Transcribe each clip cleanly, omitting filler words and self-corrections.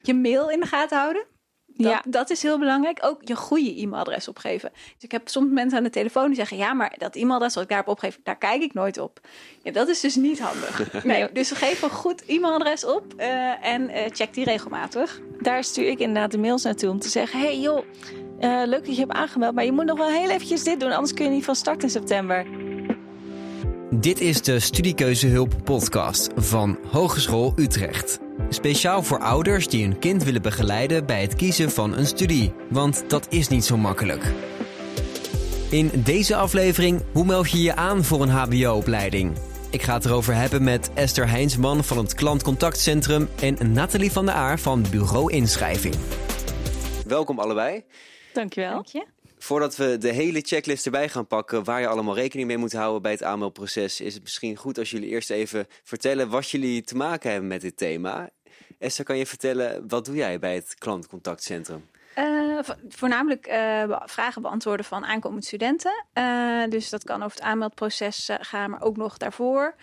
Je mail in de gaten houden. Dat is heel belangrijk. Ook je goede e-mailadres opgeven. Dus ik heb soms mensen aan de telefoon die zeggen... ja, maar dat e-mailadres wat ik daarop opgeef... daar kijk ik nooit op. Ja, dat is dus niet handig. Nee, dus geef een goed e-mailadres op... en check die regelmatig. Daar stuur ik inderdaad de mails naartoe om te zeggen... hey joh, leuk dat je hebt aangemeld... maar je moet nog wel heel eventjes dit doen... anders kun je niet van start in september. Dit is de Studiekeuzehulp podcast van Hogeschool Utrecht. Speciaal voor ouders die hun kind willen begeleiden bij het kiezen van een studie. Want dat is niet zo makkelijk. In deze aflevering, hoe meld je je aan voor een hbo-opleiding? Ik ga het erover hebben met Esther Heinsman van het Klantcontactcentrum... en Nathalie van der Aar van Bureau Inschrijving. Welkom allebei. Dankjewel. Dank je. Voordat we de hele checklist erbij gaan pakken waar je allemaal rekening mee moet houden bij het aanmeldproces, is het misschien goed als jullie eerst even vertellen wat jullie te maken hebben met dit thema. Esther, kan je vertellen, wat doe jij bij het Klantcontactcentrum? Voornamelijk vragen beantwoorden van aankomende studenten. Dus dat kan over het aanmeldproces gaan, maar ook nog daarvoor.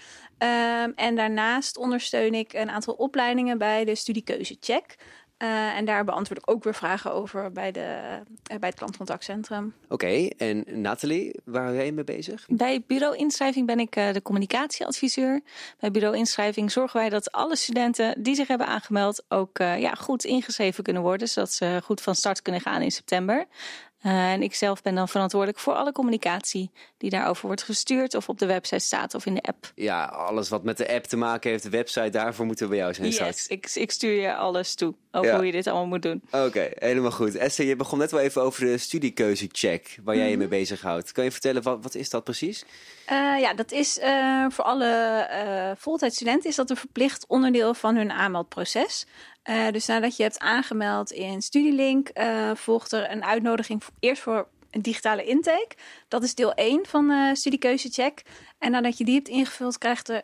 En daarnaast ondersteun ik een aantal opleidingen bij de studiekeuzecheck. En daar beantwoord ik ook weer vragen over bij het Klantcontactcentrum. Oké, en Nathalie, waar ben je mee bezig? Bij Bureau Inschrijving ben ik de communicatieadviseur. Bij Bureau Inschrijving zorgen wij dat alle studenten die zich hebben aangemeld ook goed ingeschreven kunnen worden, zodat ze goed van start kunnen gaan in september. En ik zelf ben dan verantwoordelijk voor alle communicatie die daarover wordt gestuurd of op de website staat of in de app. Ja, alles wat met de app te maken heeft, de website, daarvoor moeten we bij jou zijn straks. Ik stuur je alles toe over hoe je dit allemaal moet doen. Oké, helemaal goed. Esther, je begon net wel even over de studiekeuzecheck waar jij je mee bezighoudt. Kan je vertellen, wat is dat precies? Dat is voor alle voltijdstudenten is dat een verplicht onderdeel van hun aanmeldproces. Dus nadat je hebt aangemeld in Studielink, volgt er een uitnodiging eerst voor een digitale intake. Dat is deel 1 van studiekeuzecheck. En nadat je die hebt ingevuld,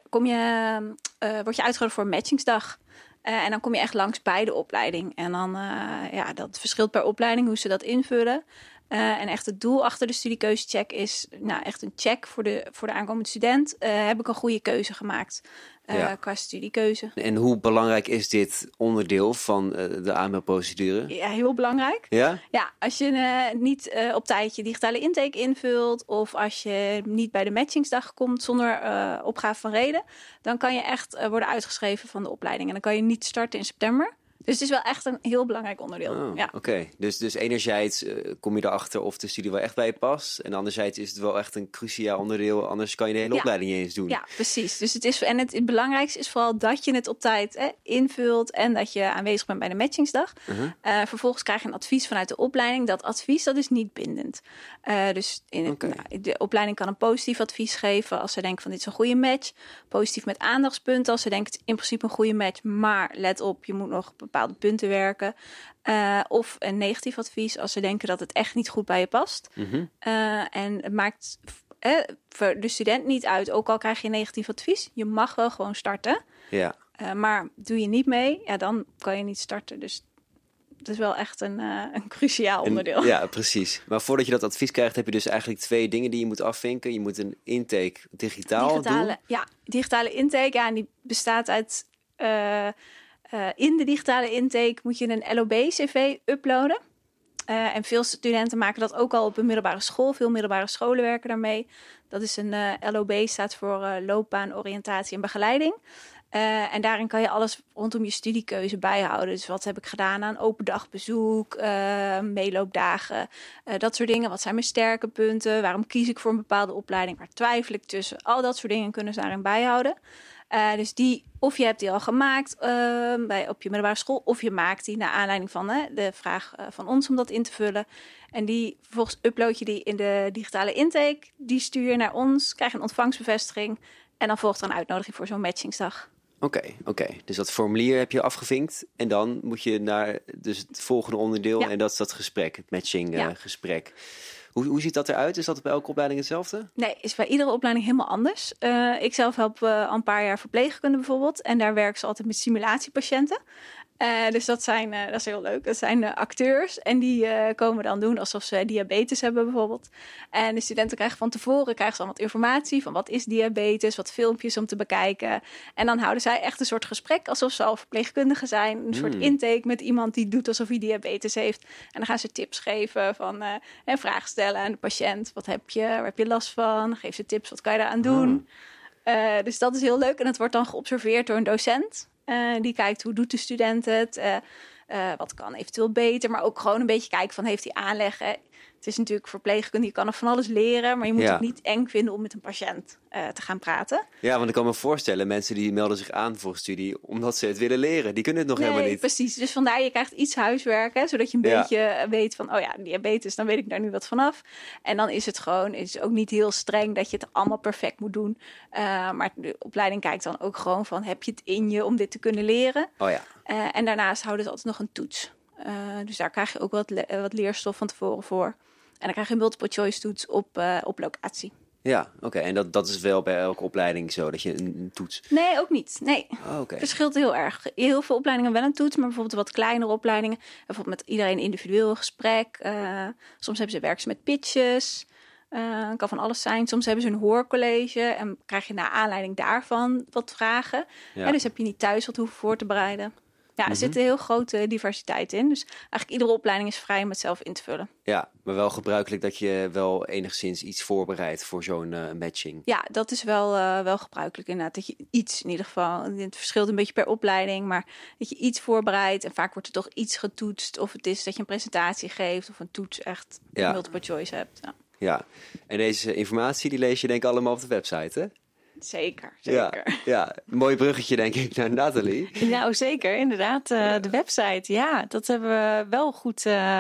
word je uitgenodigd voor een matchingsdag. En dan kom je echt langs bij de opleiding. En dan, dat verschilt per opleiding hoe ze dat invullen. En echt het doel achter de studiekeuzecheck is echt een check voor de aankomende student. Heb ik een goede keuze gemaakt qua studiekeuze. En hoe belangrijk is dit onderdeel van de aanmeldprocedure? Ja, heel belangrijk. Ja? Ja, als je niet op tijd je digitale intake invult of als je niet bij de matchingsdag komt zonder opgave van reden, dan kan je echt worden uitgeschreven van de opleiding. En dan kan je niet starten in september. Dus het is wel echt een heel belangrijk onderdeel. Oh, ja. Oké. Dus enerzijds kom je erachter of de studie wel echt bij je past. En anderzijds is het wel echt een cruciaal onderdeel. Anders kan je de hele opleiding niet eens doen. Ja, precies. Dus het belangrijkste is vooral dat je het op tijd invult. En dat je aanwezig bent bij de matchingsdag. Vervolgens krijg je een advies vanuit de opleiding. Dat advies dat is niet bindend. De opleiding kan een positief advies geven als ze denken van dit is een goede match. Positief met aandachtspunten als ze denken het is in principe een goede match. Maar let op, je moet nog bepaalde punten werken. Of een negatief advies als ze denken dat het echt niet goed bij je past. En het maakt voor de student niet uit. Ook al krijg je een negatief advies, je mag wel gewoon starten. Ja. Maar doe je niet mee, dan kan je niet starten. Dus het is wel echt een cruciaal onderdeel. Ja, precies. Maar voordat je dat advies krijgt, heb je dus eigenlijk 2 dingen die je moet afvinken. Je moet een intake digitaal doen. Ja, digitale intake. Ja, en die bestaat uit in de digitale intake moet je een LOB-CV uploaden. En veel studenten maken dat ook al op een middelbare school. Veel middelbare scholen werken daarmee. Dat is een LOB, staat voor loopbaan, oriëntatie en begeleiding. En daarin kan je alles rondom je studiekeuze bijhouden. Dus wat heb ik gedaan aan open dagbezoek, meeloopdagen, dat soort dingen. Wat zijn mijn sterke punten? Waarom kies ik voor een bepaalde opleiding? Waar twijfel ik tussen? Al dat soort dingen kunnen ze daarin bijhouden. Dus of je hebt die al gemaakt op je middelbare school, of je maakt die naar aanleiding van de vraag van ons om dat in te vullen. En vervolgens upload je die in de digitale intake. Die stuur je naar ons, krijg je een ontvangstbevestiging en dan volgt er een uitnodiging voor zo'n matchingsdag. Oké. Dus dat formulier heb je afgevinkt en dan moet je naar het volgende onderdeel en dat is dat gesprek, het matchinggesprek. Hoe ziet dat eruit? Is dat bij elke opleiding hetzelfde? Nee, is bij iedere opleiding helemaal anders. Ik zelf help al een paar jaar verpleegkunde bijvoorbeeld. En daar werken ze altijd met simulatiepatiënten. Dus dat is heel leuk. Dat zijn acteurs en die komen dan doen alsof ze diabetes hebben bijvoorbeeld. En de studenten krijgen van tevoren al wat informatie van wat is diabetes, wat filmpjes om te bekijken. En dan houden zij echt een soort gesprek alsof ze al verpleegkundige zijn. Een soort intake met iemand die doet alsof hij diabetes heeft. En dan gaan ze tips geven en vragen stellen aan de patiënt. Wat heb je? Waar heb je last van? Geef ze tips, wat kan je daaraan doen? Dus dat is heel leuk. En het wordt dan geobserveerd door een docent. Die kijkt hoe doet de student het, wat kan eventueel beter, maar ook gewoon een beetje kijken van heeft hij aanleg. Het is natuurlijk verpleegkundige, je kan nog van alles leren, maar je moet het niet eng vinden om met een patiënt te gaan praten. Ja, want ik kan me voorstellen, mensen die melden zich aan voor een studie omdat ze het willen leren. Die kunnen het nog helemaal niet. Precies. Dus vandaar je krijgt iets huiswerk, zodat je een beetje weet van, diabetes, dan weet ik daar nu wat vanaf. En dan is het ook niet heel streng dat je het allemaal perfect moet doen. Maar de opleiding kijkt dan ook gewoon van, heb je het in je om dit te kunnen leren? Oh ja. En daarnaast houden ze altijd nog een toets. Dus daar krijg je ook wat leerstof van tevoren voor. En dan krijg je een multiple choice toets op locatie. Ja, oké. En dat is wel bij elke opleiding zo, dat je een toets... Nee, ook niet. Nee, okay. Verschilt heel erg. Heel veel opleidingen wel een toets, maar bijvoorbeeld wat kleinere opleidingen. Bijvoorbeeld met iedereen individueel een gesprek. Soms hebben ze werken ze met pitches. Kan van alles zijn. Soms hebben ze een hoorcollege en krijg je naar aanleiding daarvan wat vragen. Ja. En dus heb je niet thuis wat hoeven voor te bereiden. Ja, er zit een heel grote diversiteit in. Dus eigenlijk iedere opleiding is vrij om het zelf in te vullen. Ja, maar wel gebruikelijk dat je wel enigszins iets voorbereidt voor zo'n matching. Ja, dat is wel gebruikelijk inderdaad. Dat je iets in ieder geval, het verschilt een beetje per opleiding, maar dat je iets voorbereidt. En vaak wordt er toch iets getoetst. Of het is dat je een presentatie geeft of een toets echt multiple choice hebt. Ja, en deze informatie die lees je denk ik allemaal op de website, hè? Zeker. Ja, een mooi bruggetje denk ik naar Nathalie. Nou, zeker, inderdaad. De website, ja, dat hebben we wel goed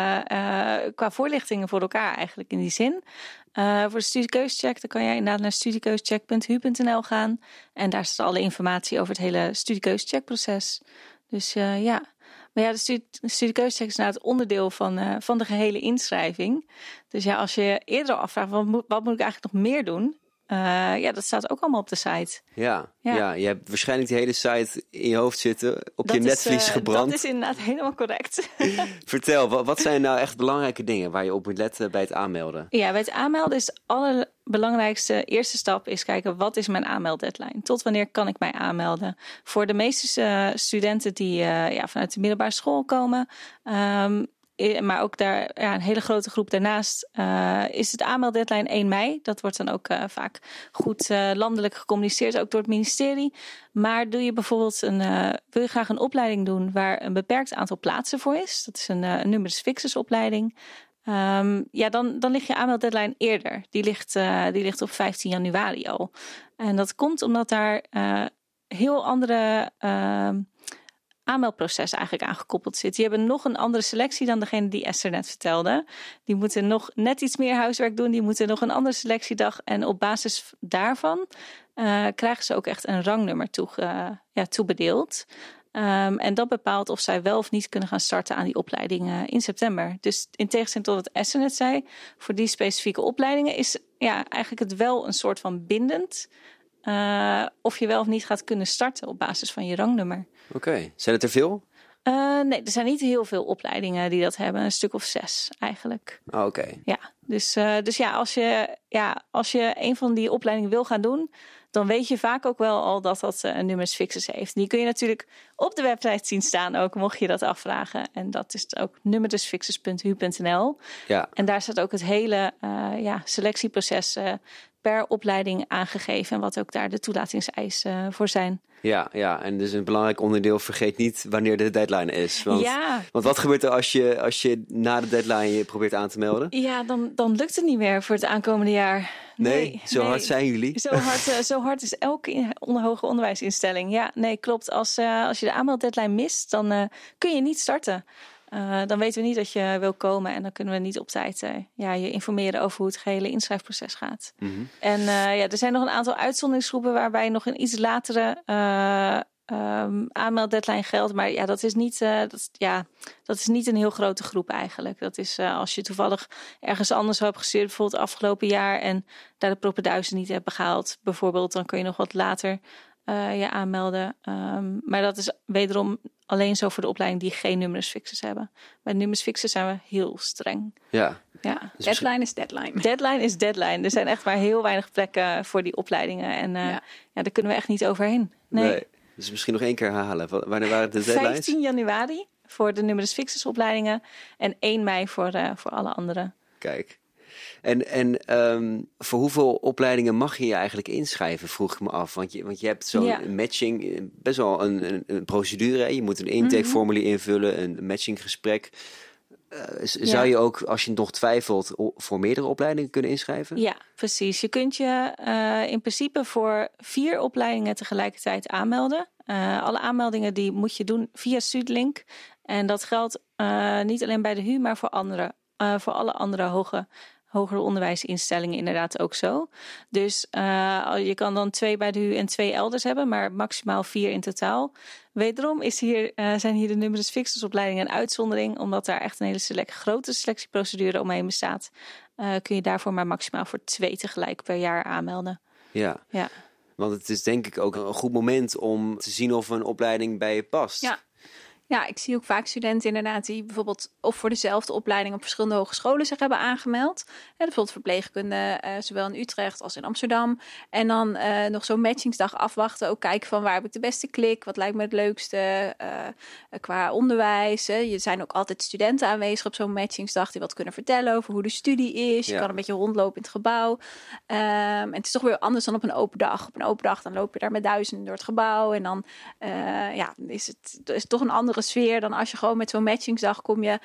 qua voorlichtingen voor elkaar eigenlijk in die zin. Voor de studiekeuzecheck, dan kan jij inderdaad naar studiekeuzecheck.hu.nl gaan. En daar staat alle informatie over het hele studiekeuzecheckproces. Dus ja... Maar ja, de studiekeuzecheck is nou het onderdeel van de gehele inschrijving. Dus ja, als je eerder al afvraagt, wat moet ik eigenlijk nog meer doen? Dat staat ook allemaal op de site. Ja, je hebt waarschijnlijk die hele site in je hoofd zitten, op je netvlies gebrand. Dat is inderdaad helemaal correct. Vertel, wat zijn nou echt belangrijke dingen waar je op moet letten bij het aanmelden? Ja, bij het aanmelden is de allerbelangrijkste eerste stap is kijken, wat is mijn aanmelddeadline? Tot wanneer kan ik mij aanmelden? Voor de meeste studenten die vanuit de middelbare school komen... maar ook daar een hele grote groep daarnaast is het aanmelddeadline 1 mei. Dat wordt dan ook vaak goed landelijk gecommuniceerd, ook door het ministerie. Maar doe je bijvoorbeeld wil je graag een opleiding doen waar een beperkt aantal plaatsen voor is? Dat is een numerus fixus opleiding. Dan ligt je aanmelddeadline eerder. Die ligt op 15 januari al. En dat komt omdat daar heel andere... aanmeldproces eigenlijk aangekoppeld zit. Die hebben nog een andere selectie dan degene die Esther net vertelde. Die moeten nog net iets meer huiswerk doen. Die moeten nog een andere selectiedag. En op basis daarvan krijgen ze ook echt een rangnummer toebedeeld. En dat bepaalt of zij wel of niet kunnen gaan starten aan die opleiding in september. Dus in tegenstelling tot wat Esther net zei, voor die specifieke opleidingen is eigenlijk het wel een soort van bindend. Of je wel of niet gaat kunnen starten op basis van je rangnummer. Oké. Zijn het er veel? Nee, er zijn niet heel veel opleidingen die dat hebben. Een stuk of 6 eigenlijk. Oké. Ja, dus als je een van die opleidingen wil gaan doen, dan weet je vaak ook wel al dat een numerus fixus heeft. Die kun je natuurlijk op de website zien staan ook, mocht je dat afvragen. En dat is ook numerusfixus.hu.nl. Ja. En daar staat ook het hele selectieproces per opleiding aangegeven en wat ook daar de toelatingseisen voor zijn. Ja, en dus een belangrijk onderdeel, vergeet niet wanneer de deadline is. Want wat gebeurt er als je na de deadline je probeert aan te melden? Ja, dan lukt het niet meer voor het aankomende jaar. Nee, hard zijn jullie. Zo hard is elke hoger onderwijsinstelling. Ja, nee, klopt. Als je de aanmelddeadline mist, dan kun je niet starten. Dan weten we niet dat je wil komen en dan kunnen we niet op tijd je informeren over hoe het gehele inschrijfproces gaat. Mm-hmm. En er zijn nog een aantal uitzonderingsgroepen waarbij nog een iets latere aanmelddeadline geldt. Maar ja, dat is niet een heel grote groep eigenlijk. Dat is als je toevallig ergens anders hebt gestudeerd, bijvoorbeeld afgelopen jaar, en daar de propenduizen niet hebt behaald, bijvoorbeeld, dan kun je nog wat later je aanmelden. Maar dat is wederom alleen zo voor de opleiding die geen numerus fixus hebben. Bij numerus fixus zijn we heel streng. Ja. Dus deadline is deadline. Deadline is deadline. Er zijn echt maar heel weinig plekken voor die opleidingen. En daar kunnen we echt niet overheen. Nee. Dus misschien nog 1 keer herhalen. Wanneer waren de deadlines? 15 januari voor de numerus fixus opleidingen. En 1 mei voor alle andere. Kijk. En voor hoeveel opleidingen mag je eigenlijk inschrijven, vroeg ik me af. Want je hebt zo'n matching, best wel een procedure. Hè? Je moet een intakeformulier invullen, een matchinggesprek. Zou je ook, als je nog twijfelt, voor meerdere opleidingen kunnen inschrijven? Ja, precies. Je kunt je in principe voor 4 opleidingen tegelijkertijd aanmelden. Alle aanmeldingen die moet je doen via Studielink. En dat geldt niet alleen bij de HU, maar voor alle andere hogere onderwijsinstellingen inderdaad ook zo. Dus je kan dan 2 bij de HU en 2 elders hebben, maar maximaal 4 in totaal. Wederom zijn hier de numerus fixus opleidingen een uitzondering, omdat daar echt een hele grote selectieprocedure omheen bestaat. Kun je daarvoor maar maximaal voor 2 tegelijk per jaar aanmelden. Ja. Want het is denk ik ook een goed moment om te zien of een opleiding bij je past. Ja, ik zie ook vaak studenten inderdaad die bijvoorbeeld of voor dezelfde opleiding op verschillende hogescholen zich hebben aangemeld. Bijvoorbeeld verpleegkunde, zowel in Utrecht als in Amsterdam. En dan nog zo'n matchingsdag afwachten. Ook kijken van waar heb ik de beste klik, wat lijkt me het leukste qua onderwijs. Er zijn ook altijd studenten aanwezig op zo'n matchingsdag die wat kunnen vertellen over hoe de studie is. Je kan een beetje rondlopen in het gebouw. En het is toch weer anders dan op een open dag. Op een open dag dan loop je daar met duizenden door het gebouw. En dan is het toch een andere sfeer dan als je gewoon met zo'n matchingsdag kom je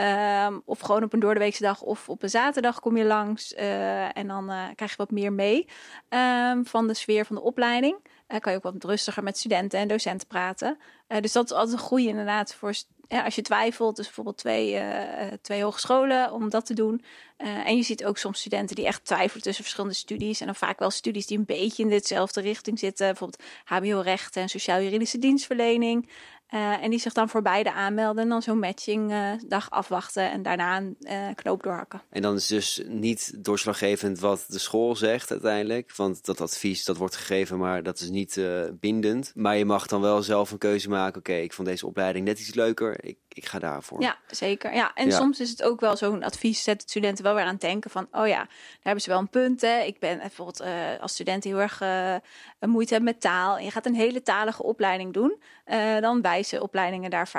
of gewoon op een doordeweekse dag of op een zaterdag kom je langs en dan krijg je wat meer mee van de sfeer van de opleiding. Kan je ook wat rustiger met studenten en docenten praten. Dus dat is altijd een goede inderdaad voor als je twijfelt, dus bijvoorbeeld 2 hogescholen om dat te doen. En je ziet ook soms studenten die echt twijfelen tussen verschillende studies. En dan vaak wel studies die een beetje in dezelfde richting zitten. Bijvoorbeeld HBO-rechten en sociaal-juridische dienstverlening. En die zich dan voor beide aanmelden en dan zo'n matchingdag afwachten en daarna een knoop doorhakken. En dan is dus niet doorslaggevend wat de school zegt uiteindelijk. Want dat advies dat wordt gegeven, maar dat is niet bindend. Maar je mag dan wel zelf een keuze maken. Oké, ik vond deze opleiding net iets leuker. Ik ga daarvoor. Ja, zeker. Ja. En soms is het ook wel zo'n advies, zet de studenten wel weer aan het denken van, oh ja, daar hebben ze wel een punt. Hè. Ik ben bijvoorbeeld als student heel erg moeite hebben met taal. En je gaat een hele talige opleiding doen. Dan wijzen opleidingen daar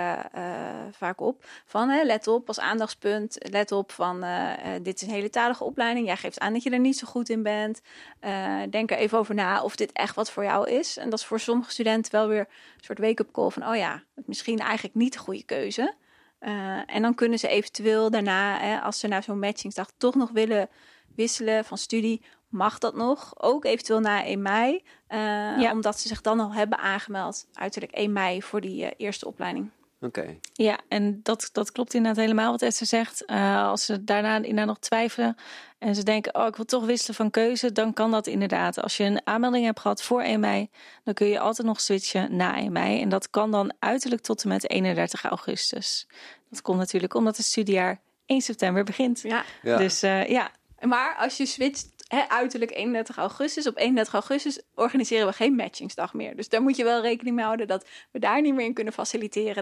vaak op. Van let op als aandachtspunt. Let op van dit is een hele talige opleiding. Jij geeft aan dat je er niet zo goed in bent. Denk er even over na of dit echt wat voor jou is. En dat is voor sommige studenten wel weer een soort wake-up call van, oh ja, misschien eigenlijk niet de goede keuze. En dan kunnen ze eventueel daarna, als ze naar zo'n matchingsdag toch nog willen wisselen van studie, mag dat nog. Ook eventueel na 1 mei. Omdat ze zich dan al hebben aangemeld. Uiterlijk 1 mei voor die eerste opleiding. Oké. Ja, en dat klopt inderdaad helemaal wat Esther zegt. Als ze daarna inderdaad nog twijfelen en ze denken, oh, ik wil toch wisselen van keuze, dan kan dat inderdaad. Als je een aanmelding hebt gehad voor 1 mei, dan kun je altijd nog switchen na 1 mei. En dat kan dan uiterlijk tot en met 31 augustus. Dat komt natuurlijk omdat het studiejaar 1 september begint. Ja. Dus Maar als je switcht uiterlijk 31 augustus. Op 31 augustus organiseren we geen matchingsdag meer. Dus daar moet je wel rekening mee houden dat we daar niet meer in kunnen faciliteren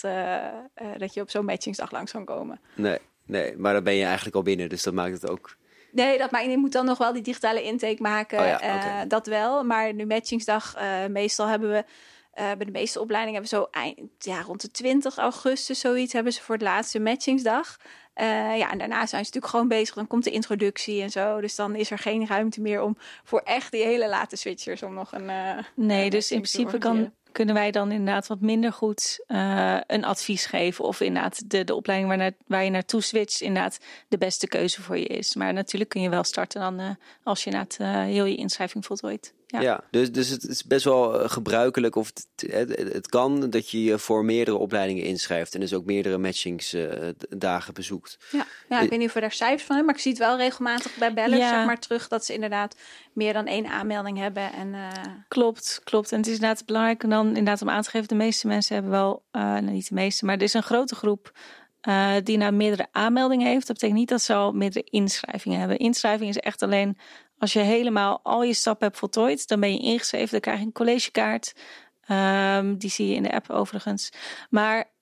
dat je op zo'n matchingsdag langs kan komen. Nee, maar dan ben je eigenlijk al binnen, dus dat maakt het ook. Nee, je moet dan nog wel die digitale intake maken. Okay. Dat wel, maar nu matchingsdag, meestal hebben we bij de meeste opleidingen hebben we zo rond de 20 augustus zoiets hebben ze voor het laatste matchingsdag. En daarna zijn ze natuurlijk gewoon bezig. Dan komt de introductie en zo. Dus dan is er geen ruimte meer om voor echt die hele late switchers om nog een... Nee, dus in principe kunnen wij dan inderdaad wat minder goed een advies geven. Of inderdaad de opleiding waar je naartoe switcht inderdaad de beste keuze voor je is. Maar natuurlijk kun je wel starten dan als je inderdaad heel je inschrijving voltooit. Ja, dus het is best wel gebruikelijk of het kan dat je je voor meerdere opleidingen inschrijft en dus ook meerdere matchingsdagen bezoekt. Ja, ik weet niet of we daar cijfers van hebben, maar ik zie het wel regelmatig bij bellen zeg maar terug dat ze inderdaad meer dan 1 aanmelding hebben. En, Klopt. En het is inderdaad belangrijk dan inderdaad om aan te geven, de meeste mensen hebben wel, niet de meeste, maar er is een grote groep die nou meerdere aanmeldingen heeft. Dat betekent niet dat ze al meerdere inschrijvingen hebben. Inschrijving is echt alleen als je helemaal al je stappen hebt voltooid, dan ben je ingeschreven. Dan krijg je een collegekaart. Die zie je in de app overigens. Maar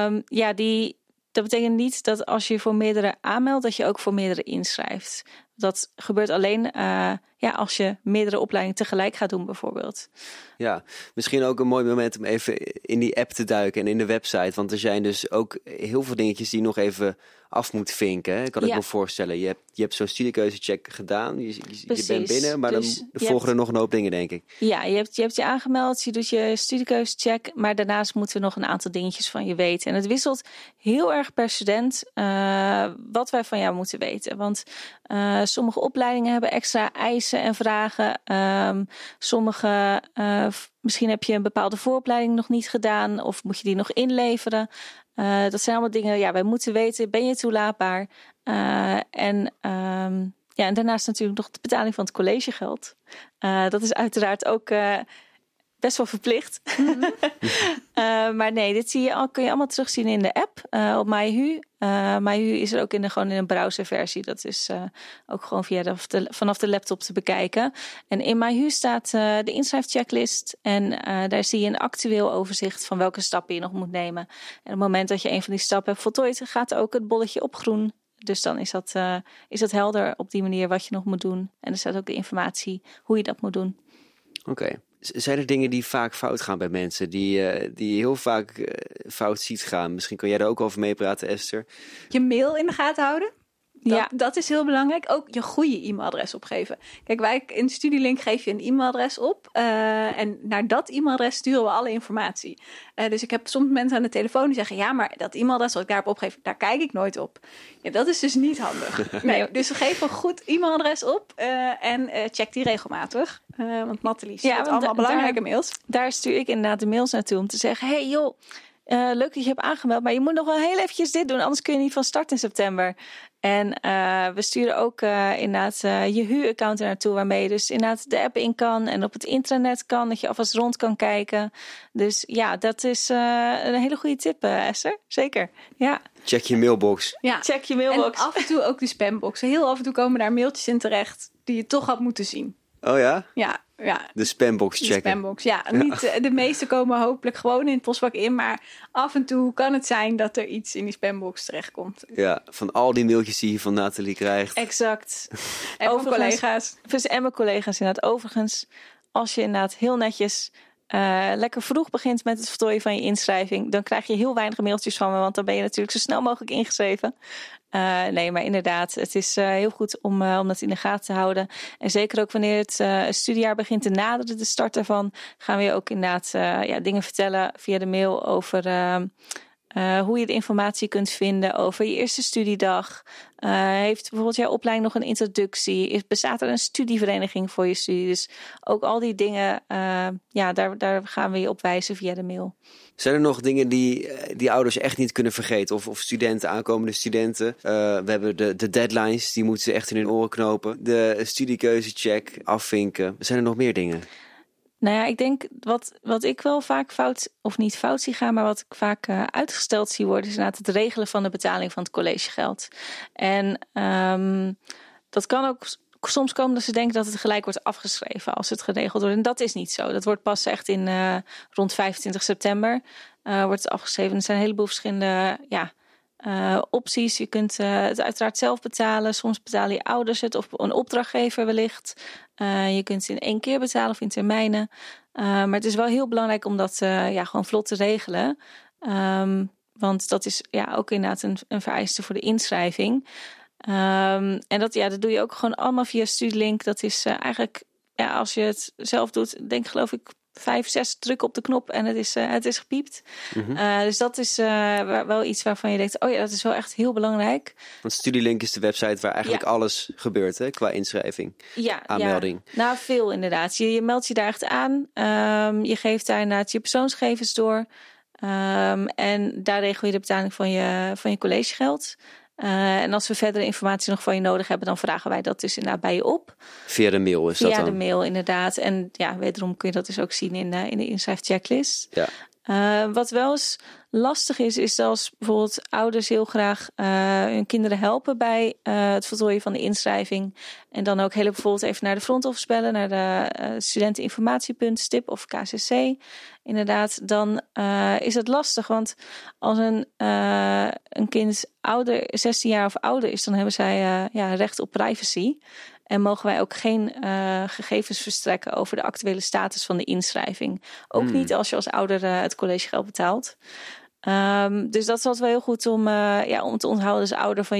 dat betekent niet dat als je voor meerdere aanmeldt, dat je ook voor meerdere inschrijft. Dat gebeurt alleen als je meerdere opleidingen tegelijk gaat doen bijvoorbeeld. Ja, misschien ook een mooi moment om even in die app te duiken en in de website. Want er zijn dus ook heel veel dingetjes die je nog even af moet vinken. Hè? Kan ik me voorstellen. Je hebt zo'n studiekeuzecheck gedaan. Je bent binnen, maar dus dan volgen er nog een hoop dingen, denk ik. Ja, je hebt je aangemeld. Je doet je studiekeuzecheck. Maar daarnaast moeten we nog een aantal dingetjes van je weten. En het wisselt heel erg per student wat wij van jou moeten weten. Want sommige opleidingen hebben extra eisen en vragen. Sommige... misschien heb je een bepaalde vooropleiding nog niet gedaan of moet je die nog inleveren. Dat zijn allemaal dingen, wij moeten weten, ben je toelaatbaar? En daarnaast natuurlijk nog de betaling van het collegegeld. Dat is uiteraard ook best wel verplicht. Mm-hmm. Maar nee, dit kun je allemaal terugzien in de app op MyHu. MyHu is er ook gewoon in een browserversie. Dat is ook gewoon vanaf de laptop te bekijken. En in MyHu staat de inschrijfchecklist. En daar zie je een actueel overzicht van welke stappen je nog moet nemen. En op het moment dat je een van die stappen hebt voltooid, gaat ook het bolletje op groen. Dus dan is dat helder op die manier wat je nog moet doen. En er staat ook de informatie hoe je dat moet doen. Oké. Zijn er dingen die vaak fout gaan bij mensen? Die je heel vaak fout ziet gaan? Misschien kan jij daar ook over meepraten, Esther. Je mail in de gaten houden. Dat is heel belangrijk. Ook je goede e-mailadres opgeven. Kijk, wij in Studielink geef je een e-mailadres op. En naar dat e-mailadres sturen we alle informatie. Dus ik heb soms mensen aan de telefoon die zeggen... ja, maar dat e-mailadres wat ik daarop opgeef, daar kijk ik nooit op. Ja, dat is dus niet handig. Nee, dus geef een goed e-mailadres op en check die regelmatig. Want Nathalie stuurt allemaal belangrijke mails. Daar stuur ik inderdaad de mails naartoe om te zeggen... hey joh, leuk dat je hebt aangemeld, maar je moet nog wel heel eventjes dit doen, anders kun je niet van start in september. En we sturen ook inderdaad je HU-account er naartoe, waarmee je dus inderdaad de app in kan en op het intranet kan, dat je alvast rond kan kijken. Dus ja, dat is een hele goede tip, Esther. Zeker, ja. Check je mailbox. Ja, check je mailbox. En af en toe ook de spambox. Heel af en toe komen daar mailtjes in terecht die je toch had moeten zien. Oh ja? Ja. De spambox checken. De spambox, ja. Niet, de meeste komen hopelijk gewoon in het postbak in. Maar af en toe kan het zijn dat er iets in die spambox terechtkomt. Ja, van al die mailtjes die je van Nathalie krijgt. Exact. En van collega's. En mijn collega's inderdaad. Overigens, als je inderdaad heel netjes... lekker vroeg begint met het voltooien van je inschrijving... dan krijg je heel weinig mailtjes van me... want dan ben je natuurlijk zo snel mogelijk ingeschreven. Nee, maar inderdaad, het is heel goed om dat in de gaten te houden. En zeker ook wanneer het studiejaar begint te naderen, de start daarvan... gaan we je ook inderdaad dingen vertellen via de mail over... hoe je de informatie kunt vinden over je eerste studiedag. Heeft bijvoorbeeld jouw opleiding nog een introductie? Bestaat er een studievereniging voor je studie? Dus ook al die dingen, daar gaan we je op wijzen via de mail. Zijn er nog dingen die ouders echt niet kunnen vergeten? Of studenten, aankomende studenten? We hebben de deadlines, die moeten ze echt in hun oren knopen. De studiekeuzecheck, afvinken. Zijn er nog meer dingen? Nou ja, ik denk wat ik wel vaak fout, of niet fout zie gaan, maar wat ik vaak uitgesteld zie worden, is inderdaad het regelen van de betaling van het collegegeld. En dat kan ook soms komen dat ze denken dat het gelijk wordt afgeschreven als het geregeld wordt. En dat is niet zo. Dat wordt pas echt in rond 25 september wordt het afgeschreven. Er zijn een heleboel verschillende opties. Je kunt het uiteraard zelf betalen. Soms betalen je ouders het of een opdrachtgever wellicht. Je kunt het in 1 keer betalen of in termijnen. Maar het is wel heel belangrijk om dat gewoon vlot te regelen. Want dat is ook inderdaad een vereiste voor de inschrijving. En dat doe je ook gewoon allemaal via Studielink. Dat is eigenlijk, als je het zelf doet, geloof ik 5, 6 drukken op de knop en het is gepiept. Mm-hmm. Dus dat is wel iets waarvan je denkt, dat is wel echt heel belangrijk. Want Studielink is de website waar eigenlijk alles gebeurt, hè, qua inschrijving, aanmelding. Ja. Nou, veel inderdaad. Je meldt je daar echt aan. Je geeft daar inderdaad je persoonsgegevens door. En daar regel je de betaling van je collegegeld. En als we verdere informatie nog van je nodig hebben, dan vragen wij dat dus inderdaad bij je op. Via de mail is dat dan? Via de mail inderdaad. En wederom kun je dat dus ook zien in de inschrijfchecklist. Ja. Wat wel eens lastig is als bijvoorbeeld ouders heel graag hun kinderen helpen bij het voltooien van de inschrijving. En dan ook bijvoorbeeld even naar de front office bellen, naar de studenteninformatiepunt, STIP of KCC. Inderdaad, dan is het lastig. Want als een kind 16 jaar of ouder is, dan hebben zij recht op privacy. En mogen wij ook geen gegevens verstrekken over de actuele status van de inschrijving. Ook niet als je als ouder het collegegeld betaalt. Dus dat is altijd wel heel goed om te onthouden als ouder van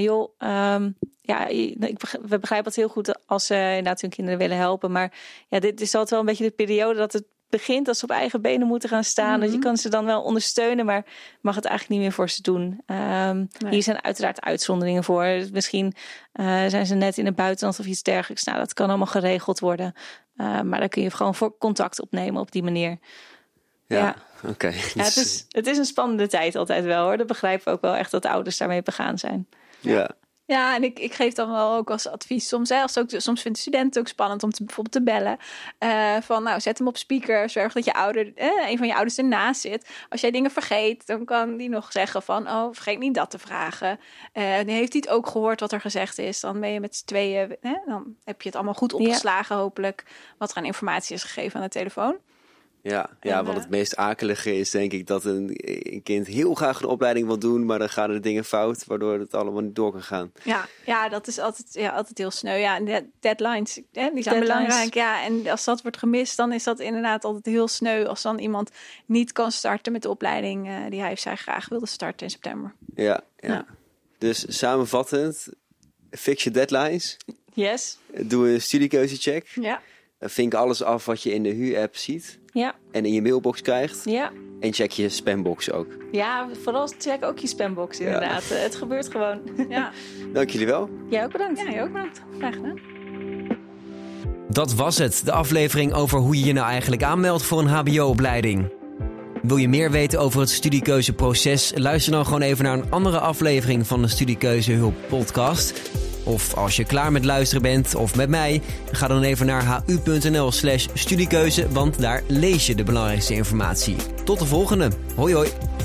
we begrijpen het heel goed als ze inderdaad hun kinderen willen helpen. Maar dit is altijd wel een beetje de periode dat het begint dat ze op eigen benen moeten gaan staan. Dus je kan ze dan wel ondersteunen, maar mag het eigenlijk niet meer voor ze doen. Hier zijn uiteraard uitzonderingen voor. Misschien zijn ze net in het buitenland of iets dergelijks. Nou, dat kan allemaal geregeld worden. Maar dan kun je gewoon voor contact opnemen op die manier. Ja. Oké. Ja, het is een spannende tijd altijd wel, hoor. Dat begrijpen we ook wel echt dat de ouders daarmee begaan zijn. Ja. Ja, en ik geef dan wel ook als advies. Soms vindt de student het ook spannend om bijvoorbeeld te bellen. Zet hem op speaker. Zorg dat een van je ouders ernaast zit. Als jij dingen vergeet, dan kan die nog zeggen van... vergeet niet dat te vragen. Heeft hij het ook gehoord wat er gezegd is? Dan ben je met z'n tweeën... dan heb je het allemaal goed opgeslagen, hopelijk. Wat er aan informatie is gegeven aan de telefoon. Ja, want het meest akelige is denk ik dat een kind heel graag een opleiding wil doen, maar dan gaan er dingen fout, waardoor het allemaal niet door kan gaan. Ja, dat is altijd heel sneu. Ja, en deadlines, die zijn belangrijk. Ja, en als dat wordt gemist, dan is dat inderdaad altijd heel sneu als dan iemand niet kan starten met de opleiding die hij of zij graag wilde starten in september. Ja. Dus samenvattend, fix je deadlines. Yes. Doe een studiekeuzecheck. Ja. Vink alles af wat je in de HU-app ziet. Ja. En in je mailbox krijgt. Ja. En check je spambox ook. Ja, vooral check ook je spambox inderdaad. Ja. Het gebeurt gewoon. Ja. Dank jullie wel. Jij ook bedankt. Ja, jij ook bedankt. Graag gedaan. Dat was het, de aflevering over hoe je je nou eigenlijk aanmeldt voor een hbo-opleiding. Wil je meer weten over het studiekeuzeproces? Luister dan gewoon even naar een andere aflevering van de Studiekeuzehulp podcast. Of als je klaar met luisteren bent, of met mij, ga dan even naar hu.nl/studiekeuze, want daar lees je de belangrijkste informatie. Tot de volgende. Hoi hoi.